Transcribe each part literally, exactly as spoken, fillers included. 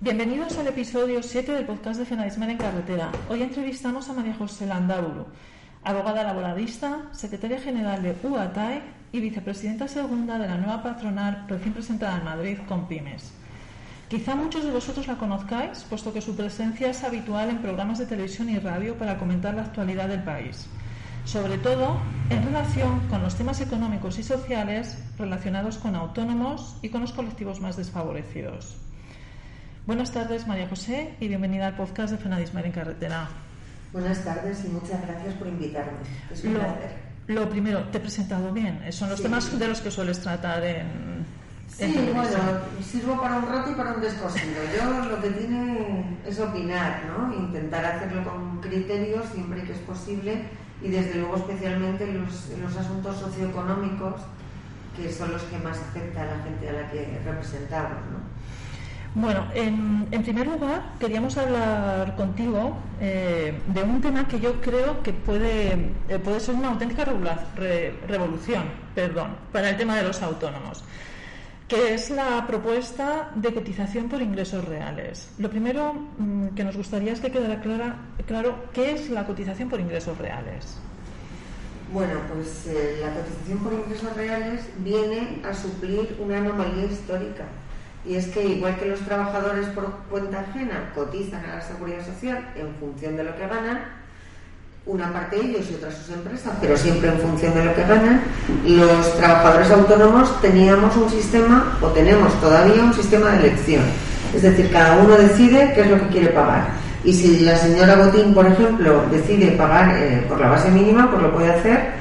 Bienvenidos al episodio siete del podcast de Fenadismer en Carretera. Hoy entrevistamos a María José Landaburu, abogada laboralista, secretaria general de U A T A E y vicepresidenta segunda de la nueva patronal recién presentada en Madrid, Compymes. Quizá muchos de vosotros la conozcáis, puesto que su presencia es habitual en programas de televisión y radio para comentar la actualidad del país, sobre todo en relación con los temas económicos y sociales relacionados con autónomos y con los colectivos más desfavorecidos. Buenas tardes, María José, y bienvenida al podcast de Fenadismer en Carretera. Buenas tardes y muchas gracias por invitarme. Es un lo, placer. Lo primero, te he presentado bien. Son los sí. temas de los que sueles tratar en, sí, en televisión. Sí, bueno, sirvo para un rato y para un descosido. Yo lo que tiene es opinar, ¿no? Intentar hacerlo con criterios siempre que es posible y desde luego especialmente los, los asuntos socioeconómicos, que son los que más afecta a la gente a la que representamos, ¿no? Bueno, en, en primer lugar queríamos hablar contigo eh, de un tema que yo creo que puede, eh, puede ser una auténtica regula, re, revolución perdón, para el tema de los autónomos, que es la propuesta de cotización por ingresos reales. Lo primero mmm, que nos gustaría es que quedara clara, claro qué es la cotización por ingresos reales. Bueno, pues eh, la cotización por ingresos reales viene a suplir una anomalía histórica. Y es que igual que los trabajadores por cuenta ajena cotizan a la Seguridad Social en función de lo que ganan, una parte de ellos y otra sus empresas, pero siempre en función de lo que ganan, los trabajadores autónomos teníamos un sistema, o tenemos todavía un sistema de elección. Es decir, cada uno decide qué es lo que quiere pagar. Y si la señora Botín, por ejemplo, decide pagar eh, por la base mínima, pues lo puede hacer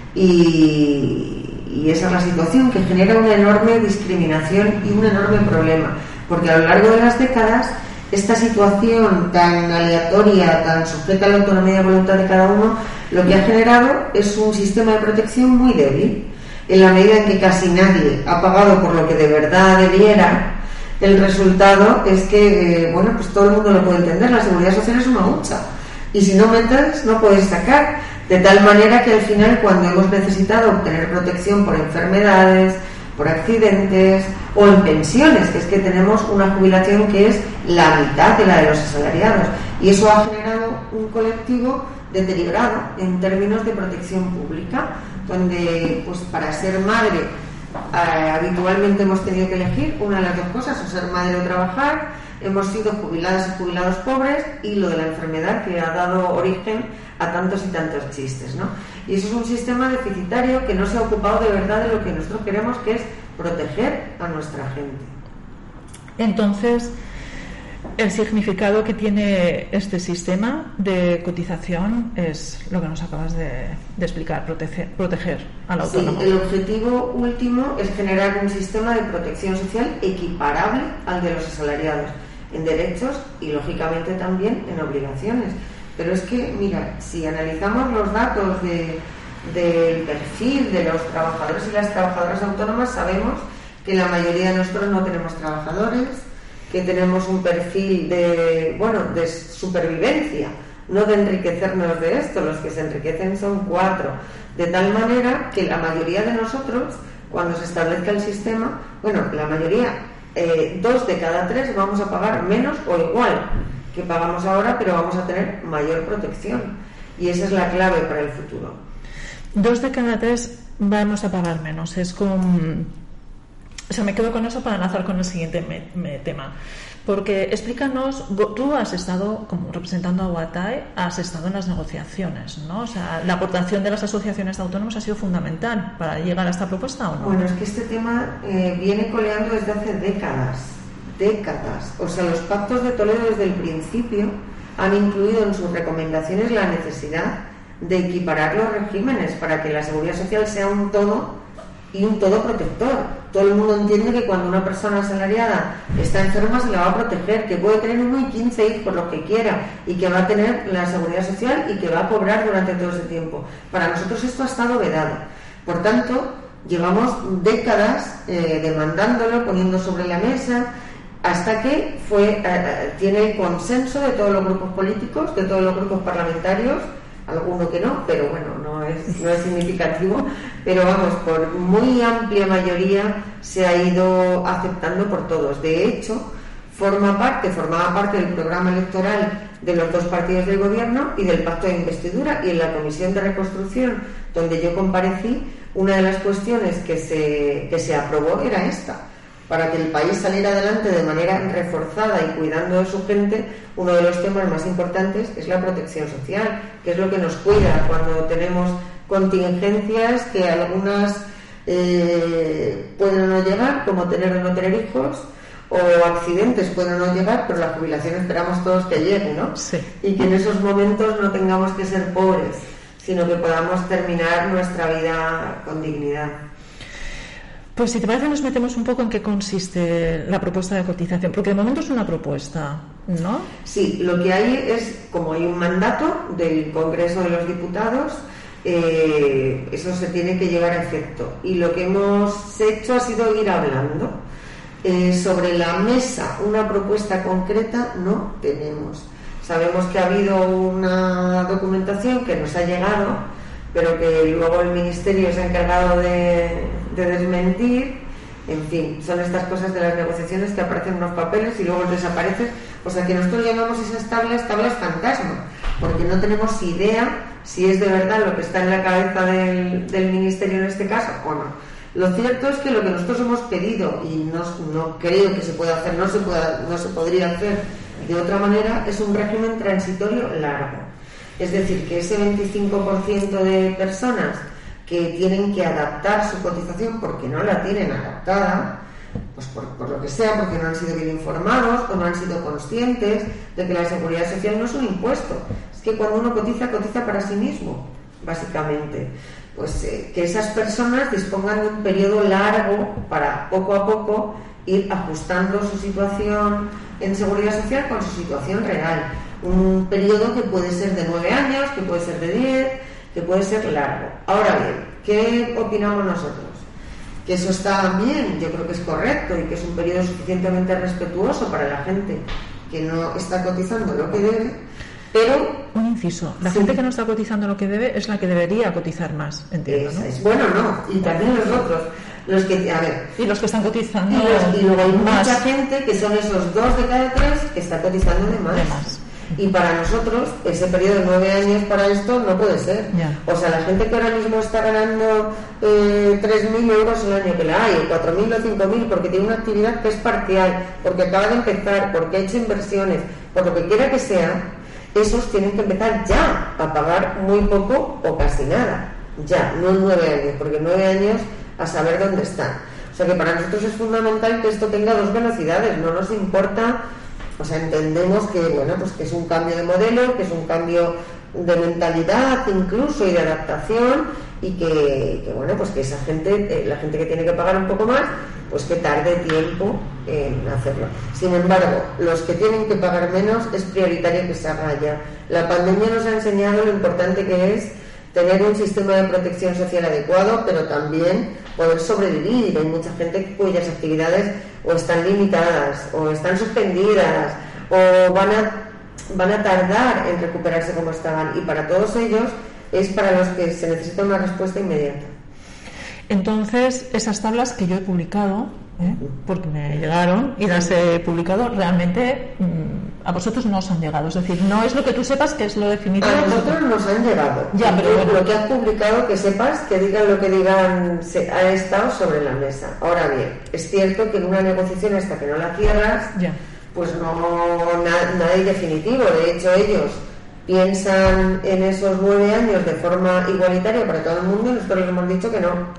y... Y esa es la situación que genera una enorme discriminación y un enorme problema, porque a lo largo de las décadas esta situación tan aleatoria, tan sujeta a la autonomía y voluntad de cada uno, lo que ha generado es un sistema de protección muy débil. En la medida en que casi nadie ha pagado por lo que de verdad debiera, el resultado es que, eh, bueno, pues todo el mundo lo puede entender, la seguridad social es una hucha, y si no metes no puedes sacar. De tal manera que al final, cuando hemos necesitado obtener protección por enfermedades, por accidentes o en pensiones, que es que tenemos una jubilación que es la mitad de la de los asalariados, y eso ha generado un colectivo deteriorado en términos de protección pública, donde pues para ser madre eh, habitualmente hemos tenido que elegir una de las dos cosas, o ser madre o trabajar. Hemos sido jubiladas y jubilados pobres, y lo de la enfermedad que ha dado origen a tantos y tantos chistes, ¿no? Y eso es un sistema deficitario que no se ha ocupado de verdad de lo que nosotros queremos, que es proteger a nuestra gente. Entonces, el significado que tiene este sistema de cotización es lo que nos acabas de, de explicar, proteger, proteger al autónomo. Sí, el objetivo último es generar un sistema de protección social equiparable al de los asalariados, en derechos y lógicamente también en obligaciones. Pero es que, mira, si analizamos los datos de, del perfil de los trabajadores y las trabajadoras autónomas, sabemos que la mayoría de nosotros no tenemos trabajadores, que tenemos un perfil de, bueno, de supervivencia, no de enriquecernos de esto. Los que se enriquecen son cuatro, de tal manera que la mayoría de nosotros, cuando se establezca el sistema, bueno, la mayoría, eh, dos de cada tres vamos a pagar menos o igual que pagamos ahora, pero vamos a tener mayor protección, y esa es la clave para el futuro. Dos de cada tres vamos a pagar menos. Es con... O sea, me quedo con eso para enlazar con el siguiente me, me, tema. Porque explícanos, tú has estado, como representando a U A T A E, has estado en las negociaciones, ¿no? O sea, ¿la aportación de las asociaciones de autónomos ha sido fundamental para llegar a esta propuesta o no? Bueno, es que este tema eh, viene coleando desde hace décadas. décadas. O sea, los pactos de Toledo desde el principio han incluido en sus recomendaciones la necesidad de equiparar los regímenes para que la seguridad social sea un todo y un todo protector. Todo el mundo entiende que cuando una persona asalariada está enferma se la va a proteger, que puede tener uno y quince hijos, lo que quiera, y que va a tener la seguridad social y que va a cobrar durante todo ese tiempo. Para nosotros esto ha estado vedado. Por tanto, llevamos décadas eh, demandándolo, poniendo sobre la mesa, hasta que fue eh, tiene el consenso de todos los grupos políticos, de todos los grupos parlamentarios, alguno que no, pero bueno, no es, no es significativo, pero vamos, por muy amplia mayoría se ha ido aceptando por todos. De hecho, forma parte, formaba parte del programa electoral de los dos partidos del gobierno y del pacto de investidura, y en la comisión de reconstrucción donde yo comparecí, una de las cuestiones que se, que se aprobó era esta: para que el país saliera adelante de manera reforzada y cuidando de su gente, uno de los temas más importantes es la protección social, que es lo que nos cuida cuando tenemos contingencias que algunas eh, pueden no llegar, como tener o no tener hijos, o accidentes pueden no llegar, pero la jubilación esperamos todos que llegue, ¿no? Sí. Y que en esos momentos no tengamos que ser pobres, sino que podamos terminar nuestra vida con dignidad. Pues si te parece nos metemos un poco en qué consiste la propuesta de cotización, porque de momento es una propuesta, ¿no? Sí, lo que hay es, como hay un mandato del Congreso de los Diputados, eh, eso se tiene que llevar a efecto. Y lo que hemos hecho ha sido ir hablando. Eh, sobre la mesa una propuesta concreta no tenemos. Sabemos que ha habido una documentación que nos ha llegado, pero que luego el Ministerio se ha encargado de, de desmentir. En fin, son estas cosas de las negociaciones que aparecen en unos papeles y luego desaparecen. O sea que nosotros llamamos esas tablas tablas fantasma, porque no tenemos idea si es de verdad lo que está en la cabeza del, del Ministerio en este caso o no. Lo cierto es que lo que nosotros hemos pedido, y no, no creo que se pueda hacer, no se, pueda, no se podría hacer de otra manera, es un régimen transitorio largo. Es decir, que ese veinticinco por ciento de personas que tienen que adaptar su cotización porque no la tienen adaptada, pues por, por lo que sea, porque no han sido bien informados o no han sido conscientes de que la seguridad social no es un impuesto. Es que cuando uno cotiza, cotiza para sí mismo, básicamente. Pues eh, que esas personas dispongan de un periodo largo para poco a poco ir ajustando su situación en seguridad social con su situación real. Un periodo que puede ser de nueve años, que puede ser de diez, que puede ser largo. Ahora bien, ¿qué opinamos nosotros? Que eso está bien, yo creo que es correcto y que es un periodo suficientemente respetuoso para la gente que no está cotizando lo que debe. Pero, un inciso, la sí. gente que no está cotizando lo que debe es la que debería cotizar más, entiendo, ¿no? Es, bueno, no, y también los otros, los que, a ver, y los que están cotizando y, los, y luego hay más. Mucha gente que son esos dos de cada tres que está cotizando de más. De más. Y para nosotros, ese periodo de nueve años para esto no puede ser. Ya. O sea, la gente que ahora mismo está ganando eh, tres mil euros el año, que la hay, o cuatro mil o cinco mil, porque tiene una actividad que es parcial, porque acaba de empezar, porque ha hecho inversiones, por lo que quiera que sea, esos tienen que empezar ya a pagar muy poco o casi nada. Ya, no en nueve años, porque en nueve años a saber dónde están. O sea que para nosotros es fundamental que esto tenga dos velocidades, no nos importa. O sea, entendemos que, bueno, pues que es un cambio de modelo, que es un cambio de mentalidad incluso y de adaptación, y que, que bueno, pues que esa gente, la gente que tiene que pagar un poco más, pues que tarde tiempo en hacerlo. Sin embargo, los que tienen que pagar menos es prioritario que se haga ya. La pandemia nos ha enseñado lo importante que es tener un sistema de protección social adecuado, pero también poder sobrevivir. Hay mucha gente cuyas actividades o están limitadas, o están suspendidas, o van a, van a tardar en recuperarse como estaban. Y para todos ellos es para los que se necesita una respuesta inmediata. Entonces, esas tablas que yo he publicado, ¿eh? porque me llegaron y las he publicado, realmente mmm, a vosotros no os han llegado. Es decir, no es lo que tú sepas que es lo definitivo. A nosotros nos han llegado. Ya, pero bueno. Lo que has publicado, que sepas, que digan lo que digan, se, ha estado sobre la mesa. Ahora bien, es cierto que en una negociación hasta que no la cierras, ya. pues no na, nada es definitivo. De hecho, ellos piensan en esos nueve años de forma igualitaria para todo el mundo y nosotros les hemos dicho que no.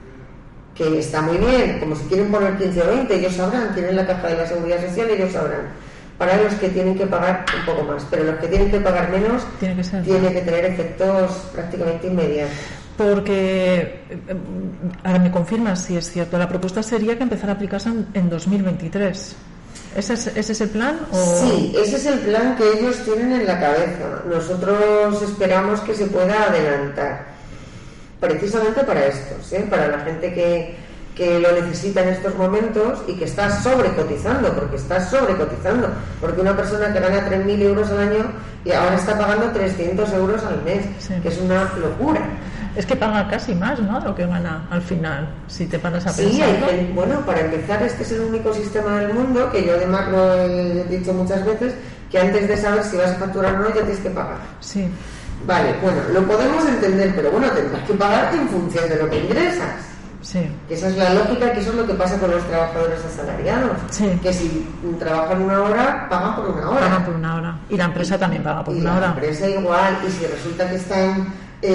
Que está muy bien, como si quieren poner quince o veinte, ellos sabrán, tienen la caja de la seguridad social, ellos sabrán. Para los que tienen que pagar un poco más, pero los que tienen que pagar menos, tiene que, ser, tiene que tener efectos prácticamente inmediatos. Porque, ahora me confirmas si es cierto, la propuesta sería que empezara a aplicarse en, en dos mil veintitrés. ¿Ese es, ¿Ese es el plan? O... Sí, ese es el plan que ellos tienen en la cabeza. Nosotros esperamos que se pueda adelantar. Precisamente para estos, ¿eh? Para la gente que, que lo necesita en estos momentos y que está sobrecotizando, porque está sobrecotizando, porque una persona que gana tres mil euros al año y ahora está pagando trescientos euros al mes, sí. que es una locura. Es que paga casi más, ¿no?, de lo que gana al final, si te paras a pensar. Sí, hay que, bueno, para empezar, este es el único sistema del mundo, que yo además lo he dicho muchas veces, que antes de saber si vas a facturar o no, ya tienes que pagar. Sí. Vale, bueno, lo podemos entender, pero bueno, tendrás que pagar en función de lo que ingresas. Sí. Que esa es la lógica, que eso es lo que pasa con los trabajadores asalariados. Sí. Que si trabajan una hora, pagan por una hora. Pagan por una hora. Y la empresa y, también paga por y una la hora. La empresa igual, y si resulta que están,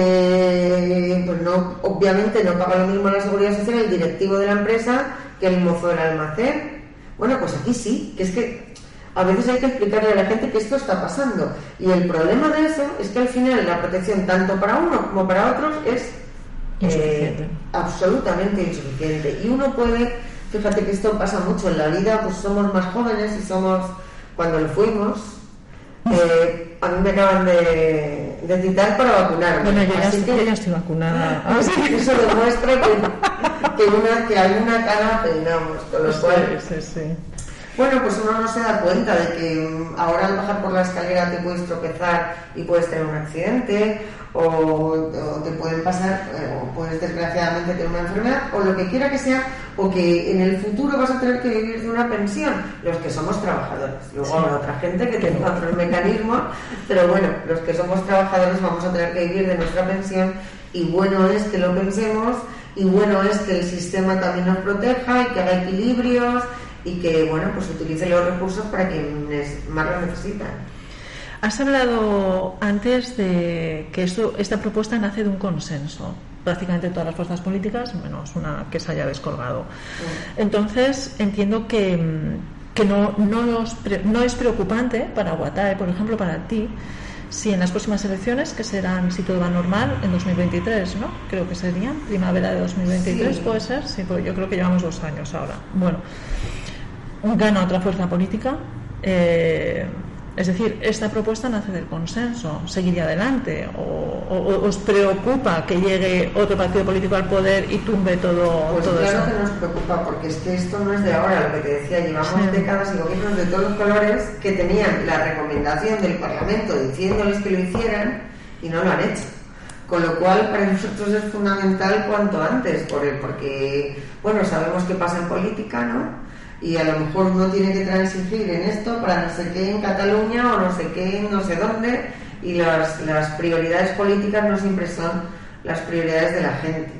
eh, pues no, obviamente no paga lo mismo la seguridad social el directivo de la empresa que el mozo del almacén. Bueno, pues aquí sí, que es que a veces hay que explicarle a la gente que esto está pasando. Y el problema de eso es que al final la protección, tanto para uno como para otros, es Eh, absolutamente insuficiente. Y uno puede, fíjate que esto pasa mucho en la vida, pues somos más jóvenes y somos, cuando lo fuimos, eh, a mí me acaban de, de citar para vacunarme. Bueno, yo ya, Así estoy, que, yo ya estoy vacunada. Eso demuestra que, que, una, que alguna cara peinamos, con lo cual... Sí, sí, sí. Bueno, pues uno no se da cuenta de que ahora al bajar por la escalera te puedes tropezar y puedes tener un accidente, o, o te pueden pasar, o puedes desgraciadamente tener una enfermedad, o lo que quiera que sea, o que en el futuro vas a tener que vivir de una pensión, los que somos trabajadores. Luego sí. Habrá otra gente que tenga otros mecanismos, pero bueno, los que somos trabajadores vamos a tener que vivir de nuestra pensión, y bueno es que lo pensemos, y bueno es que el sistema también nos proteja y que haga equilibrios, y que, bueno, pues utilice los recursos para quienes más lo necesitan. Has hablado antes de que esto, esta propuesta nace de un consenso, prácticamente todas las fuerzas políticas, menos una que se haya descolgado. Sí. Entonces, entiendo que, que no, no, los, no es preocupante para Uatae, por ejemplo, para ti, si en las próximas elecciones, que serán, si todo va normal, en dos mil veintitrés, ¿no? Creo que serían, primavera de dos mil veintitrés, sí. ¿Puede ser? Sí, pues yo creo que llevamos dos años ahora. Bueno, gana otra fuerza política, eh, es decir, esta propuesta nace del consenso, seguiría adelante, o, o os preocupa que llegue otro partido político al poder y tumbe todo, pues todo claro eso. Que nos preocupa, porque es que esto no es de ahora, lo que te decía, llevamos sí. décadas y gobiernos de todos los colores que tenían la recomendación del Parlamento diciéndoles que lo hicieran y no lo han hecho. Con lo cual, para nosotros es fundamental cuanto antes, por el, porque, bueno, sabemos qué pasa en política, ¿no? Y a lo mejor uno tiene que transigir en esto para no sé qué en Cataluña o no sé qué en no sé dónde, y las, las prioridades políticas no siempre son las prioridades de la gente.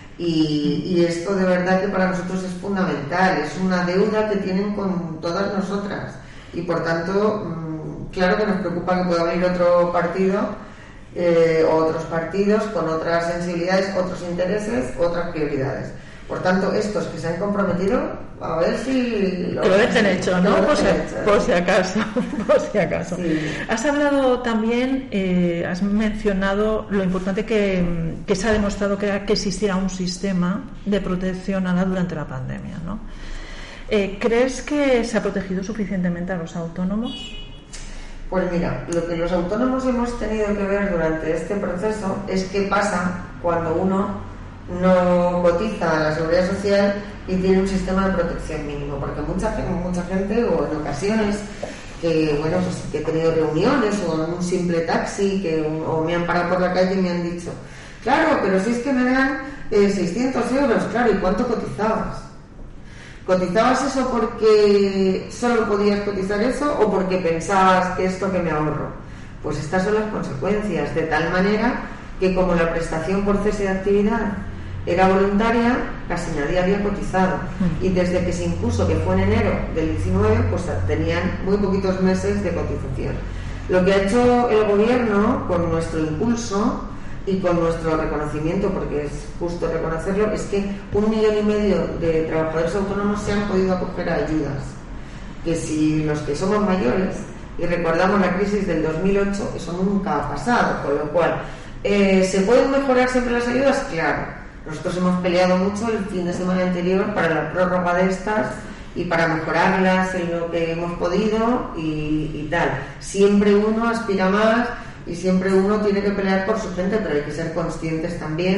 Y, y esto de verdad que para nosotros es fundamental, es una deuda que tienen con todas nosotras. Y por tanto, mmm, claro que nos preocupa que pueda venir otro partido, eh, o otros partidos con otras sensibilidades, otros intereses, otras prioridades. Por tanto, estos que se han comprometido, a ver si lo, lo dejen hecho, ¿no? Por si, por si acaso, por si acaso. Sí. Has hablado también, eh, has mencionado lo importante que, que se ha demostrado que, que existiera un sistema de protección a la durante la pandemia, ¿no? Eh, ¿Crees que se ha protegido suficientemente a los autónomos? Pues mira, lo que los autónomos hemos tenido que ver durante este proceso es qué pasa cuando uno no cotiza a la seguridad social y tiene un sistema de protección mínimo, porque mucha gente, mucha gente o en ocasiones que bueno pues que he tenido reuniones o en un simple taxi que o me han parado por la calle y me han dicho, claro, pero si es que me dan eh, seiscientos euros, claro, ¿y cuánto cotizabas? ¿Cotizabas eso porque solo podías cotizar eso o porque pensabas que esto que me ahorro? Pues estas son las consecuencias, de tal manera que como la prestación por cese de actividad era voluntaria, casi nadie había cotizado. Y desde que se impuso, que fue en enero del diecinueve, pues tenían muy poquitos meses de cotización. Lo que ha hecho el gobierno, con nuestro impulso y con nuestro reconocimiento, porque es justo reconocerlo, es que un millón y medio de trabajadores autónomos se han podido acoger a ayudas. Que si los que somos mayores, y recordamos la crisis del dos mil ocho, eso nunca ha pasado, con lo cual, eh, ¿se pueden mejorar siempre las ayudas? Claro. Nosotros hemos peleado mucho el fin de semana anterior para la prórroga de estas y para mejorarlas en lo que hemos podido y, y tal. Siempre uno aspira más y siempre uno tiene que pelear por su gente, pero hay que ser conscientes también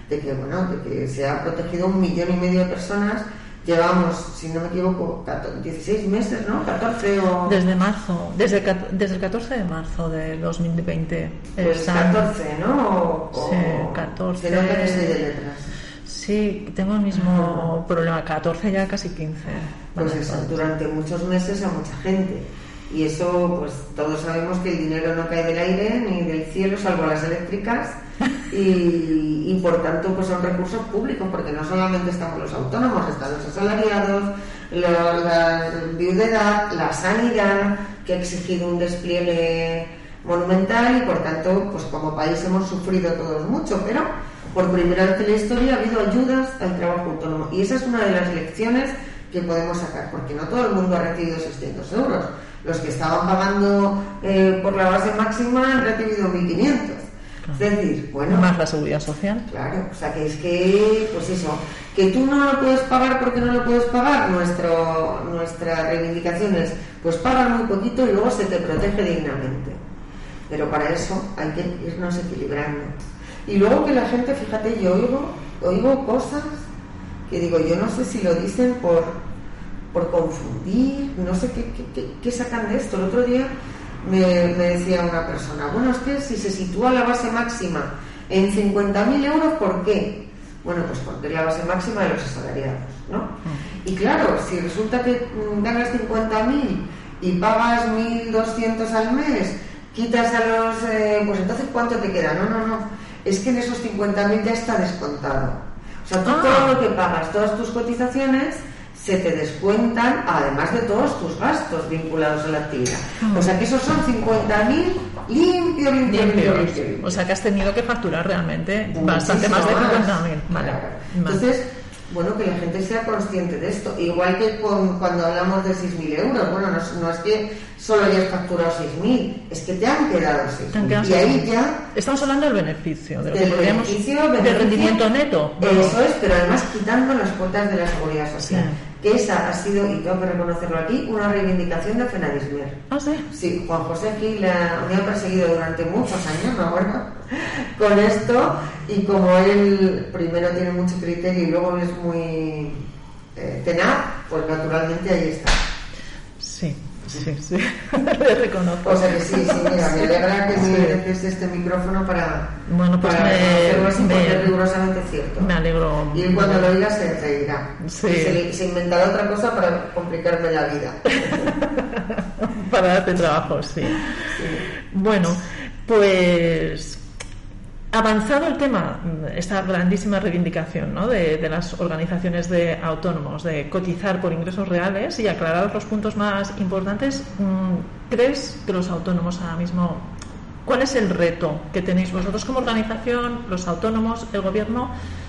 de que, bueno, de que se ha protegido un millón y medio de personas. Llevamos, si no me equivoco, dieciséis meses, ¿no? catorce o... Desde marzo, desde, desde el catorce de marzo de dos mil veinte. Pues Están... catorce, ¿no? O, sí, catorce. Se nota que soy de letras. Sí, tengo el mismo uh-huh. problema, catorce ya casi quince. Pues vale, eso, durante muchos meses a mucha gente. Y eso, pues todos sabemos que el dinero no cae del aire ni del cielo, salvo las eléctricas. Y, y por tanto pues son recursos públicos, porque no solamente estamos los autónomos, están los asalariados, la, la viudedad, la sanidad, que ha exigido un despliegue monumental, y por tanto pues como país hemos sufrido todos mucho, pero por primera vez en la historia ha habido ayudas al trabajo autónomo, y esa es una de las lecciones que podemos sacar, porque no todo el mundo ha recibido seiscientos euros. Los que estaban pagando eh, por la base máxima han recibido mil quinientos. Es decir, bueno... Más la seguridad social. Claro, o sea que es que, pues eso, que tú no lo puedes pagar porque no lo puedes pagar, nuestro, nuestra reivindicación es, pues paga muy poquito y luego se te protege dignamente. Pero para eso hay que irnos equilibrando. Y luego que la gente, fíjate, yo oigo, oigo cosas que digo, yo no sé si lo dicen por, por confundir, no sé qué, qué, qué, qué sacan de esto. El otro día... Me, me decía una persona, bueno, es que si se sitúa la base máxima en cincuenta mil euros, ¿por qué? Bueno, pues porque es la base máxima de los asalariados, ¿no? Y claro, si resulta que ganas cincuenta mil y pagas mil doscientos al mes, quitas a los... Eh, pues entonces, ¿cuánto te queda? No, no, no, es que en esos cincuenta mil ya está descontado. O sea, tú ah. todo lo que pagas, todas tus cotizaciones... se te descuentan, además de todos tus gastos vinculados a la actividad. O sea que esos son cincuenta mil limpio, limpio, limpio, limpio, limpio. O sea que has tenido que facturar realmente muchísimo bastante más de cincuenta mil. Vale. Claro. Entonces, bueno, que la gente sea consciente de esto. Igual que con, cuando hablamos de seis mil euros, bueno, no, no es que solo hayas facturado seis mil, es que te han quedado seis mil. Y ahí ya... Estamos hablando del beneficio, de lo del que podríamos, beneficio, del beneficio, rendimiento neto. Eso es, pero además quitando las cuotas de la seguridad social. Sí. Que esa ha sido, y tengo que reconocerlo aquí, una reivindicación de Fenadismer. ¿Ah, sí? Sí, Juan José Gil la, me ha perseguido durante muchos años, ¿no? Bueno, con esto, y como él primero tiene mucho criterio y luego es muy eh, tenaz, pues naturalmente ahí está. Sí, sí, sí, le reconozco. O sea que sí, sí, mira, me alegra que me dejes este micrófono para, bueno, pues para hacerlo así, porque me, es rigurosamente cierto. Me alegro. Y cuando lo oiga se reirá. Sí. Y se, se inventará otra cosa para complicarme la vida. Para darte trabajo, sí. sí. Bueno, pues... avanzado el tema, esta grandísima reivindicación, ¿no?, de, de las organizaciones de autónomos, de cotizar por ingresos reales y aclarar los puntos más importantes, ¿crees que los autónomos ahora mismo, cuál es el reto que tenéis vosotros como organización, los autónomos, el gobierno,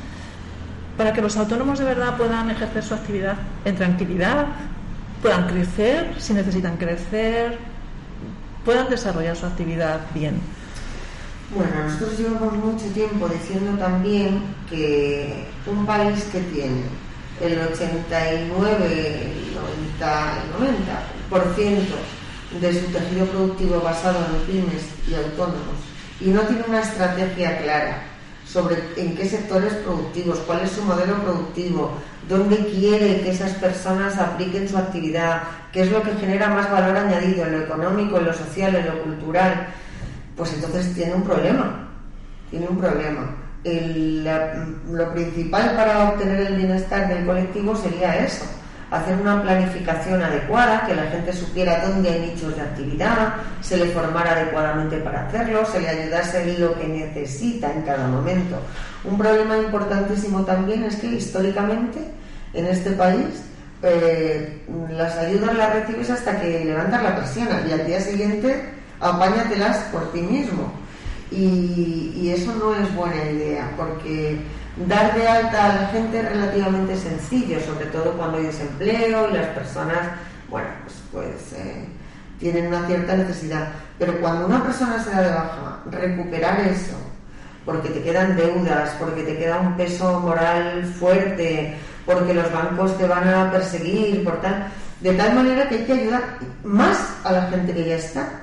para que los autónomos de verdad puedan ejercer su actividad en tranquilidad, puedan crecer si necesitan crecer, puedan desarrollar su actividad bien? Bueno, nosotros llevamos mucho tiempo diciendo también que un país que tiene el ochenta y nueve, noventa por ciento de su tejido productivo basado en pymes y autónomos y no tiene una estrategia clara sobre en qué sectores productivos, cuál es su modelo productivo, dónde quiere que esas personas apliquen su actividad, qué es lo que genera más valor añadido en lo económico, en lo social, en lo cultural, pues entonces tiene un problema, tiene un problema. El, la, lo principal para obtener el bienestar del colectivo sería eso, hacer una planificación adecuada, que la gente supiera dónde hay nichos de actividad, se le formara adecuadamente para hacerlo, se le ayudase en lo que necesita en cada momento. Un problema importantísimo también es que históricamente en este país eh, las ayudas las recibes hasta que levantas la persiana y al día siguiente apáñatelas por ti mismo. Y, y eso no es buena idea, porque dar de alta a la gente es relativamente sencillo, sobre todo cuando hay desempleo y las personas, bueno, pues, pues eh, tienen una cierta necesidad. Pero cuando una persona se da de baja, recuperar eso, porque te quedan deudas, porque te queda un peso moral fuerte, porque los bancos te van a perseguir, por tal, de tal manera que hay que ayudar más a la gente que ya está,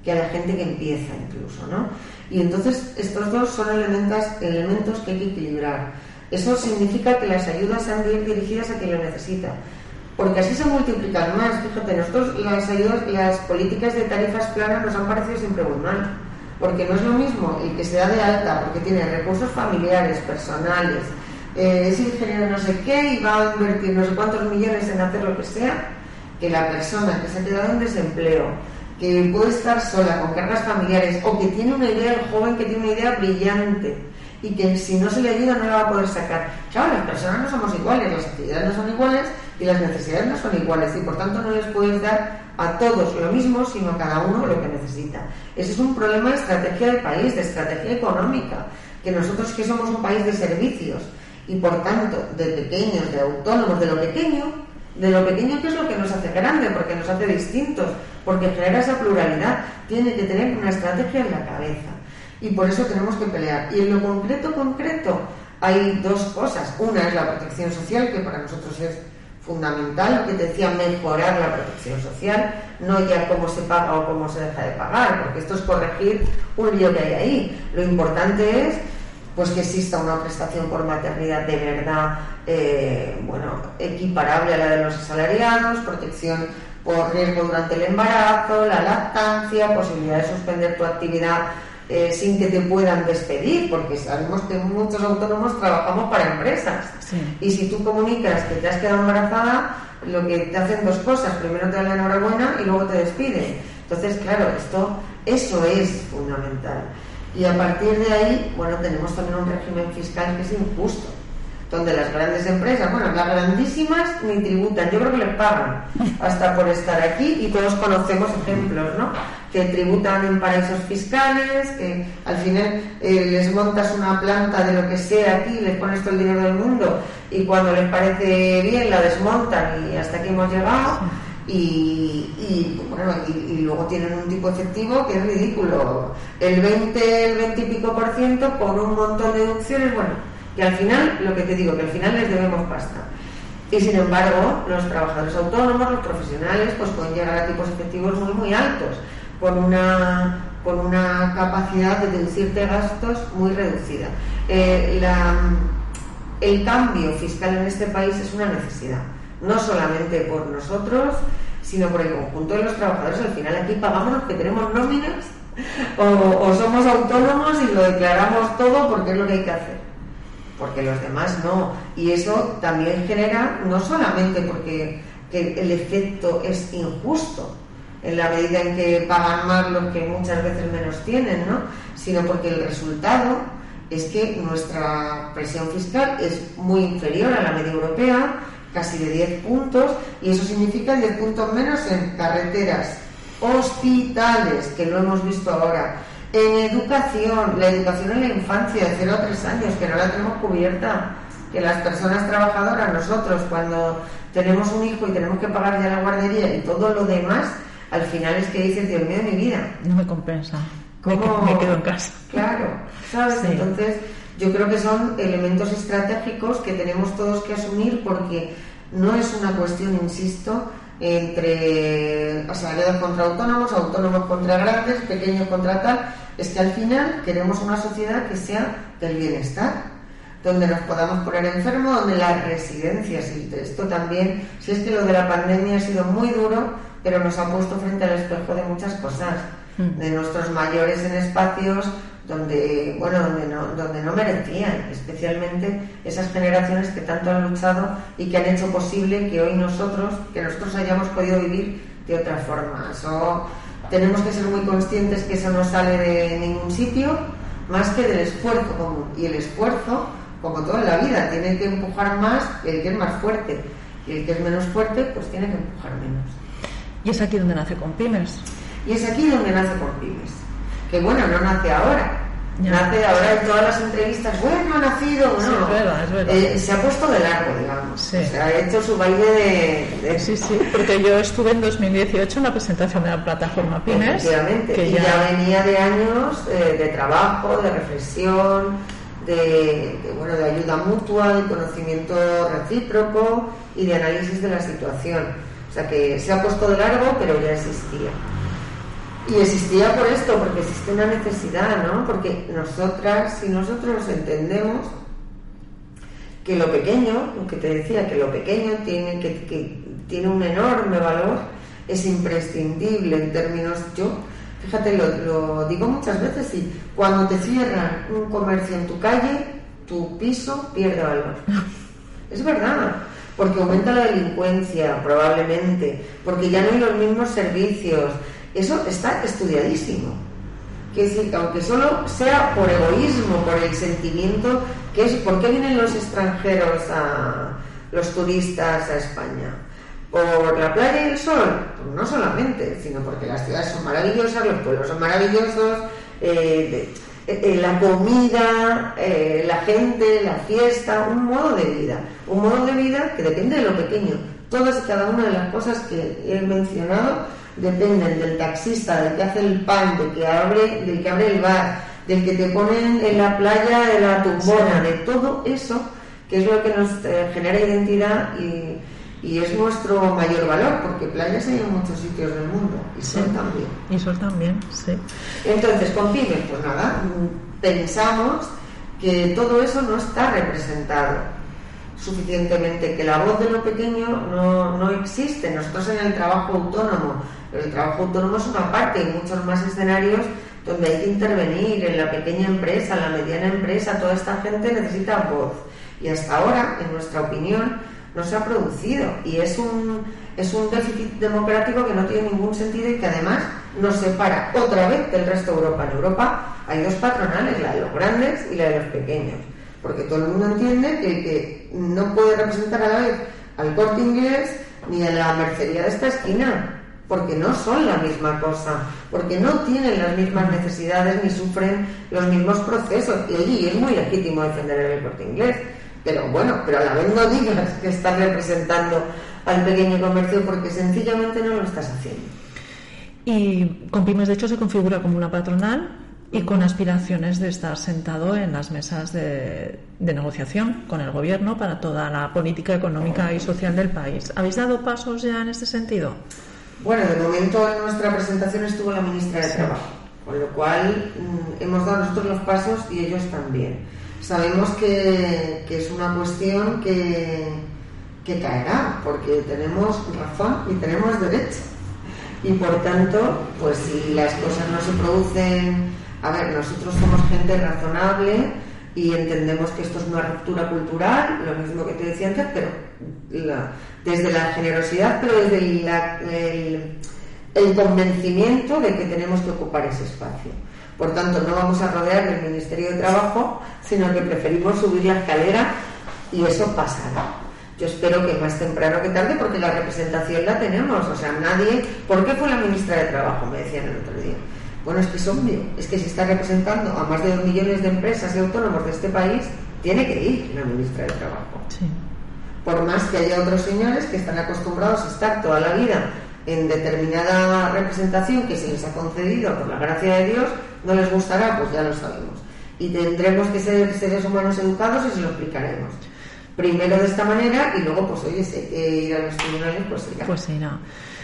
que a la gente que empieza incluso, ¿no? Y entonces estos dos son elementos, elementos que hay que equilibrar. Eso significa que las ayudas sean bien dirigidas a quien lo necesita, porque así se multiplican más. Fíjate, nosotros las ayudas, las políticas de tarifas planas nos han parecido siempre muy mal, porque no es lo mismo el que se da de alta porque tiene recursos familiares, personales, eh, es ingeniero no sé qué y va a invertir no sé cuántos millones en hacer lo que sea, que la persona que se ha quedado en desempleo, que puede estar sola, con cargas familiares, o que tiene una idea, el joven que tiene una idea brillante y que si no se le ayuda no la va a poder sacar. Claro, las personas no somos iguales, las actividades no son iguales y las necesidades no son iguales, y por tanto no les puedes dar a todos lo mismo, sino a cada uno lo que necesita. Ese es un problema de estrategia del país, de estrategia económica, que nosotros que somos un país de servicios y por tanto de pequeños, de autónomos, de lo pequeño, de lo pequeño que es lo que nos hace grande, porque nos hace distintos, porque genera esa pluralidad, tiene que tener una estrategia en la cabeza y por eso tenemos que pelear. Y en lo concreto, concreto, hay dos cosas. Una es la protección social, que para nosotros es fundamental, que te decía, mejorar la protección social, no ya cómo se paga o cómo se deja de pagar, porque esto es corregir un lío que hay ahí. Lo importante es pues que exista una prestación por maternidad de verdad, eh, bueno, equiparable a la de los asalariados, protección por riesgo durante el embarazo, la lactancia, posibilidad de suspender tu actividad eh, sin que te puedan despedir, porque sabemos que muchos autónomos trabajamos para empresas, sí. Y si tú comunicas que te has quedado embarazada, lo que te hacen dos cosas: primero te dan la enhorabuena y luego te despiden. Entonces, claro, esto, eso es fundamental. Y a partir de ahí, bueno, tenemos también un régimen fiscal que es injusto, donde las grandes empresas, bueno, las grandísimas ni tributan, yo creo que les pagan hasta por estar aquí, y todos conocemos ejemplos, ¿no? Que tributan en paraísos fiscales, que al final eh, les montas una planta de lo que sea aquí, les pones todo el dinero del mundo y cuando les parece bien la desmontan y hasta aquí hemos llegado. Y, y bueno y, y luego tienen un tipo efectivo que es ridículo, el veinte, el veinte y pico por ciento por un montón de deducciones, bueno, que al final, lo que te digo, que al final les debemos pasta. Y sin embargo, los trabajadores autónomos, los profesionales, pues pueden llegar a tipos efectivos muy muy altos, con una con una capacidad de deducirte gastos muy reducida. Eh, la, el cambio fiscal en este país es una necesidad, no solamente por nosotros, sino por el conjunto de los trabajadores. Al final aquí pagamos los que tenemos nóminas o, o somos autónomos y lo declaramos todo porque es lo que hay que hacer, porque los demás no. Y eso también genera, no solamente porque que el efecto es injusto en la medida en que pagan más los que muchas veces menos tienen, ¿no? Sino porque el resultado es que nuestra presión fiscal es muy inferior a la media europea, casi de diez puntos, y eso significa diez puntos menos en carreteras, hospitales, que lo hemos visto ahora, en educación, la educación en la infancia de cero a tres años, que no la tenemos cubierta, que las personas trabajadoras, nosotros cuando tenemos un hijo y tenemos que pagar ya la guardería y todo lo demás, al final es que dices, Dios mío, mi vida, no me compensa, ¿cómo? Me, me quedo en casa. Claro, ¿sabes? Sí. Entonces yo creo que son elementos estratégicos que tenemos todos que asumir, porque no es una cuestión, insisto, entre asalariados contra autónomos, autónomos contra grandes, pequeños contra tal. Es que al final queremos una sociedad que sea del bienestar, donde nos podamos poner enfermos, donde las residencias, y esto también, si es que lo de la pandemia ha sido muy duro, pero nos ha puesto frente al espejo de muchas cosas, de nuestros mayores en espacios donde bueno donde no donde no merecían, especialmente esas generaciones que tanto han luchado y que han hecho posible que hoy nosotros que nosotros hayamos podido vivir de otra forma. Eso, tenemos que ser muy conscientes que eso no sale de ningún sitio más que del esfuerzo común, y el esfuerzo, como todo en la vida, tiene que empujar más el que es más fuerte, y el que es menos fuerte pues tiene que empujar menos. Y es aquí donde nace Compymes. Y es aquí donde nace Compymes. Que bueno, no nace ahora, ya. Nace ahora en todas las entrevistas, bueno, ha nacido, no, sí, es verdad, es verdad. Eh, se ha puesto de largo, digamos, sí. O sea, ha hecho su baile de, de... Sí, sí, porque yo estuve en dos mil dieciocho en la presentación de la plataforma Pymes, que y ya... ya venía de años eh, de trabajo, de reflexión, de, de, bueno, de ayuda mutua, de conocimiento recíproco y de análisis de la situación. O sea, que se ha puesto de largo, pero ya existía. Y existía por esto, porque existe una necesidad, ¿no? Porque nosotras y nosotros entendemos que lo pequeño, lo que te decía, que lo pequeño tiene, que, que tiene un enorme valor, es imprescindible en términos, yo, fíjate, lo, lo digo muchas veces, y cuando te cierran un comercio en tu calle, tu piso pierde valor. Es verdad, porque aumenta la delincuencia, probablemente, porque ya no hay los mismos servicios. Eso está estudiadísimo. Quiere decir que aunque solo sea por egoísmo, por el sentimiento, que es ¿por qué vienen los extranjeros, a los turistas a España? ¿Por la playa y el sol? Pues no solamente, sino porque las ciudades son maravillosas, los pueblos son maravillosos, eh, eh, la comida, eh, la gente, la fiesta, un modo de vida. Un modo de vida que depende de lo pequeño. Todas y cada una de las cosas que he mencionado dependen del taxista, del que hace el pan, del que abre, del que abre el bar, del que te ponen en la playa de la tumbona, de todo eso que es lo que nos eh, genera identidad y, y es nuestro mayor valor, porque playas hay en muchos sitios del mundo y sol sí, también. Y sol también, sí. Entonces, con pymes, pues nada, pensamos que todo eso no está representado suficientemente, que la voz de lo pequeño no, no existe. Nosotros en el trabajo autónomo, el trabajo autónomo es una parte y muchos más escenarios donde hay que intervenir, en la pequeña empresa, en la mediana empresa, toda esta gente necesita voz y hasta ahora, en nuestra opinión, no se ha producido y es un, es un déficit democrático que no tiene ningún sentido y que además nos separa otra vez del resto de Europa. En Europa hay dos patronales, la de los grandes y la de los pequeños, porque todo el mundo entiende que el que no puede representar a la vez al Corte Inglés ni a la mercería de esta esquina, porque no son la misma cosa, porque no tienen las mismas necesidades ni sufren los mismos procesos. Y oye, es muy legítimo defender el Corte Inglés, pero bueno, pero a la vez no digas que estás representando al pequeño comercio porque sencillamente no lo estás haciendo. Y con Pymes, de hecho, se configura como una patronal y con aspiraciones de estar sentado en las mesas de, de negociación con el gobierno para toda la política económica y social del país. ¿Habéis dado pasos ya en este sentido? Bueno, de momento en nuestra presentación estuvo la ministra de Trabajo, con lo cual mmm, hemos dado nosotros los pasos y ellos también. Sabemos que, que es una cuestión que, que caerá, porque tenemos razón y tenemos derecho. Y por tanto, pues si las cosas no se producen... A ver, nosotros somos gente razonable y entendemos que esto es una ruptura cultural, lo mismo que te decía antes, pero la, desde la generosidad, pero desde la, el, el convencimiento de que tenemos que ocupar ese espacio. Por tanto, no vamos a rodear el Ministerio de Trabajo, sino que preferimos subir la escalera y eso pasará. Yo espero que más temprano que tarde, porque la representación la tenemos. O sea, nadie... ¿Por qué fue la ministra de Trabajo? Me decían el otro día. Bueno, es que es obvio, es que si está representando a más de dos millones de empresas y autónomos de este país, tiene que ir la ministra de Trabajo. Sí. Por más que haya otros señores que están acostumbrados a estar toda la vida en determinada representación que se les ha concedido por la gracia de Dios, no les gustará, pues ya lo sabemos. Y tendremos que ser seres humanos educados y se lo explicaremos. Primero de esta manera y luego, pues oye, si hay que ir a los tribunales, pues se irá. Pues se irá.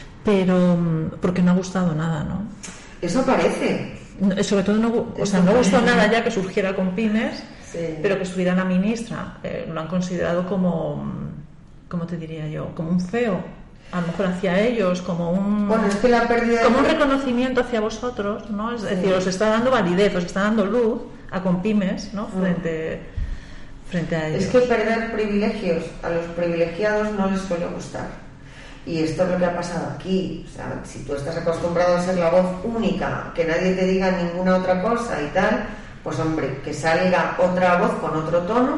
Pero, porque no ha gustado nada, ¿no? Eso parece. Sobre todo, no, o sea, no gustó nada ya que surgiera con Pymes, sí. Pero que estuviera la ministra. Eh, lo han considerado como, ¿cómo te diría yo? Como un feo, a lo mejor hacia ellos, como un, bueno, es que la pérdida como de... un reconocimiento hacia vosotros, ¿no? Es decir, sí. Os está dando validez, os está dando luz a con Pymes, ¿no? Frente, mm. frente a ellos. Es que perder privilegios a los privilegiados no les suele gustar. Y esto es lo que ha pasado aquí. O sea, si tú estás acostumbrado a ser la voz única, que nadie te diga ninguna otra cosa y tal, pues hombre, que salga otra voz con otro tono,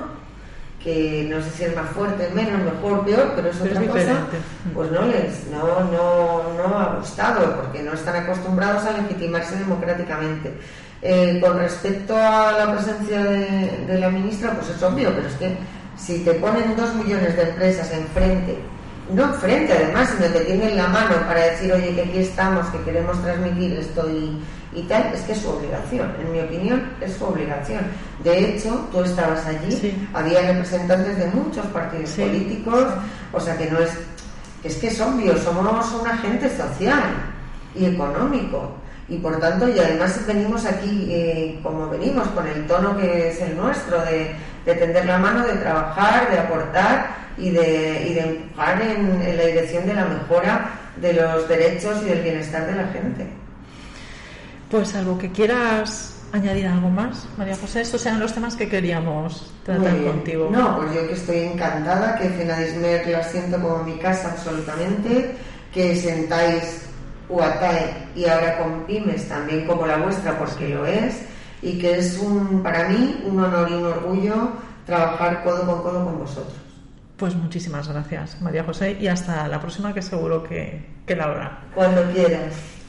que no sé si es más fuerte, menos, mejor, peor, pero es pero otra es cosa, pues no les no, no, no ha gustado, porque no están acostumbrados a legitimarse democráticamente. Eh, con respecto a la presencia de, de la ministra, pues es obvio, pero es que si te ponen dos millones de empresas enfrente, no enfrente además, sino te tienen la mano para decir, oye, que aquí estamos, que queremos transmitir esto y, y tal, es que es su obligación, en mi opinión es su obligación. De hecho, tú estabas allí, sí. Había representantes de muchos partidos sí. políticos, o sea que no es, es que es obvio, somos un agente social y económico y por tanto, y además venimos aquí eh, como venimos, con el tono que es el nuestro, de, de tender la mano, de trabajar, de aportar y de, y de empujar en, en la dirección de la mejora de los derechos y del bienestar de la gente. Pues algo que quieras añadir algo más, María José, estos eran los temas que queríamos tratar contigo. No, pues yo que estoy encantada, que Fenadismer la siento como mi casa absolutamente, que sentáis Uatae y ahora con pymes también como la vuestra, porque lo es, y que es un, para mí un honor y un orgullo trabajar codo con codo con vosotros. Pues muchísimas gracias, María José, y hasta la próxima, que seguro que, que la habrá. Cuando quieras.